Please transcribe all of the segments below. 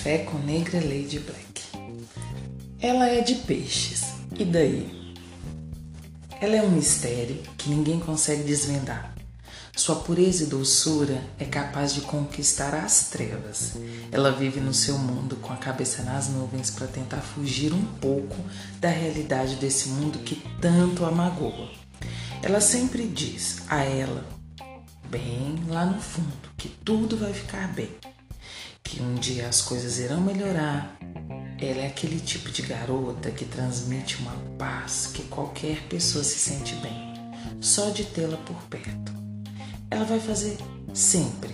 Café com Negra Lady Black. Ela é de peixes, e daí? Ela é um mistério que ninguém consegue desvendar. Sua pureza e doçura é capaz de conquistar as trevas. Ela vive no seu mundo com a cabeça nas nuvens para tentar fugir um pouco da realidade desse mundo que tanto a magoa. Ela sempre diz a ela, bem lá no fundo, que tudo vai ficar bem, que um dia as coisas irão melhorar. Ela é aquele tipo de garota que transmite uma paz que qualquer pessoa se sente bem, só de tê-la por perto. Ela vai fazer sempre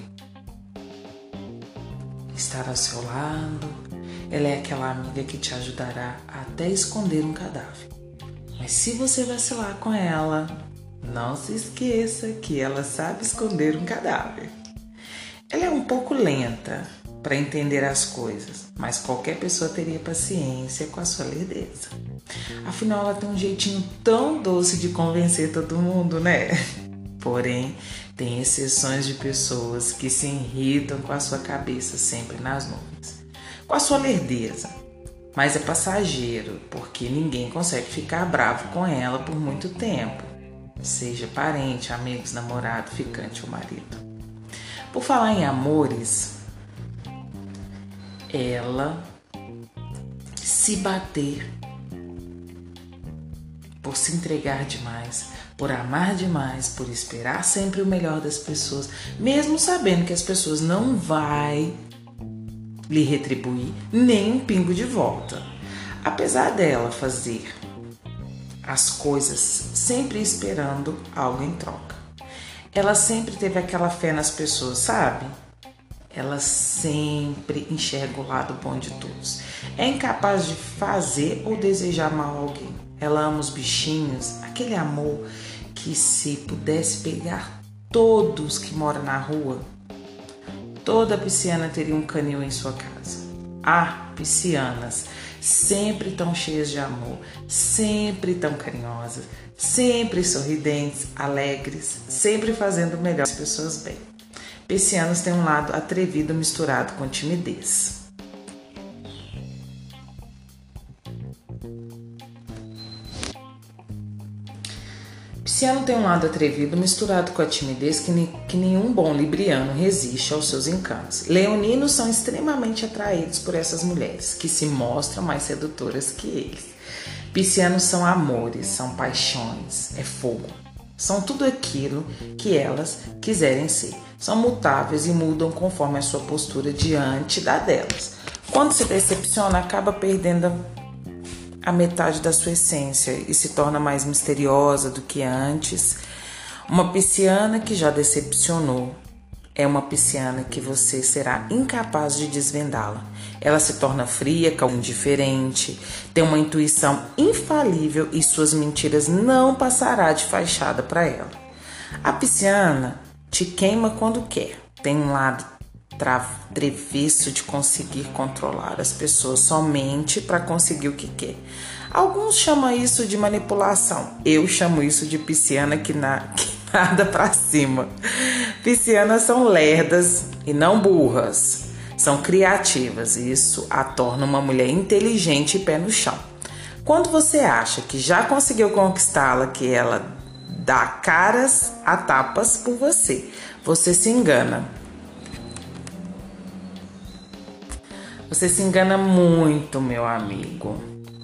estar ao seu lado. Ela é aquela amiga que te ajudará até esconder um cadáver. Mas se você vacilar com ela, não se esqueça que ela sabe esconder um cadáver. Ela é um pouco lenta para entender as coisas, mas qualquer pessoa teria paciência com a sua lerdeza. Afinal, ela tem um jeitinho tão doce de convencer todo mundo, né? Porém, tem exceções de pessoas que se irritam com a sua cabeça sempre nas nuvens, com a sua lerdeza. Mas é passageiro, porque ninguém consegue ficar bravo com ela por muito tempo, seja parente, amigos, namorado, ficante ou marido. Por falar em amores, ela se bater por se entregar demais, por amar demais, por esperar sempre o melhor das pessoas, mesmo sabendo que as pessoas não vão lhe retribuir nem um pingo de volta. Apesar dela fazer as coisas sempre esperando algo em troca, ela sempre teve aquela fé nas pessoas, sabe? Ela sempre enxerga o lado bom de todos. É incapaz de fazer ou desejar mal a alguém. Ela ama os bichinhos, aquele amor que se pudesse pegar todos que moram na rua, toda pisciana teria um canil em sua casa. Piscianas, sempre tão cheias de amor, sempre tão carinhosas, sempre sorridentes, alegres, sempre fazendo o melhor das pessoas bem. Piscianos têm um lado atrevido misturado com timidez. Pisciano tem um lado atrevido misturado com a timidez que nenhum bom libriano resiste aos seus encantos. Leoninos são extremamente atraídos por essas mulheres, que se mostram mais sedutoras que eles. Piscianos são amores, são paixões, é fogo. São tudo aquilo que elas quiserem ser. São mutáveis e mudam conforme a sua postura diante da delas. Quando se decepciona, acaba perdendo a metade da sua essência e se torna mais misteriosa do que antes. Uma pisciana que já decepcionou é uma pisciana que você será incapaz de desvendá-la. Ela se torna fria, indiferente, tem uma intuição infalível e suas mentiras não passará de fachada para ela. A pisciana te queima quando quer. Tem um lado treviço de conseguir controlar as pessoas somente para conseguir o que quer. Alguns chamam isso de manipulação. Eu chamo isso de pisciana que nada para cima. Piscianas são lerdas e não burras. São criativas e isso a torna uma mulher inteligente e pé no chão. Quando você acha que já conseguiu conquistá-la, que ela dá caras a tapas por você, você se engana. Você se engana muito, meu amigo.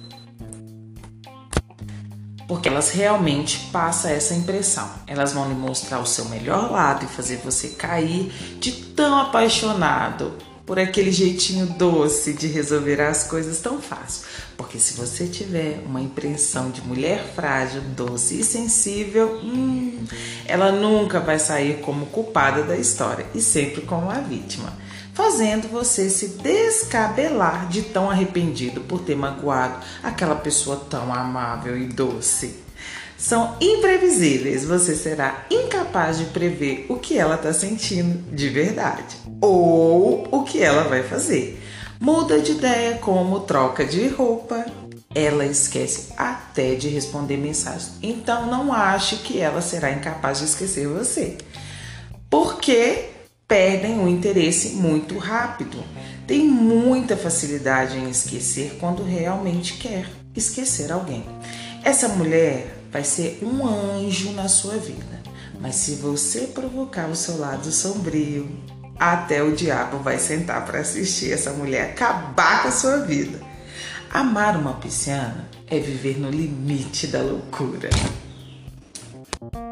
Porque elas realmente passam essa impressão. Elas vão lhe mostrar o seu melhor lado e fazer você cair de tão apaixonado por aquele jeitinho doce de resolver as coisas tão fácil. Porque se você tiver uma impressão de mulher frágil, doce e sensível, ela nunca vai sair como culpada da história e sempre como a vítima, fazendo você se descabelar de tão arrependido por ter magoado aquela pessoa tão amável e doce. São imprevisíveis, você será incapaz de prever o que ela está sentindo de verdade ou o que ela vai fazer. Muda de ideia como troca de roupa, ela esquece até de responder mensagens. Então não ache que ela será incapaz de esquecer você, porque perdem o interesse muito rápido. tem muita facilidade em esquecer quando realmente quer esquecer alguém. Essa mulher vai ser um anjo na sua vida, mas se você provocar o seu lado sombrio, até o diabo vai sentar para assistir essa mulher acabar com a sua vida. Amar uma pisciana é viver no limite da loucura.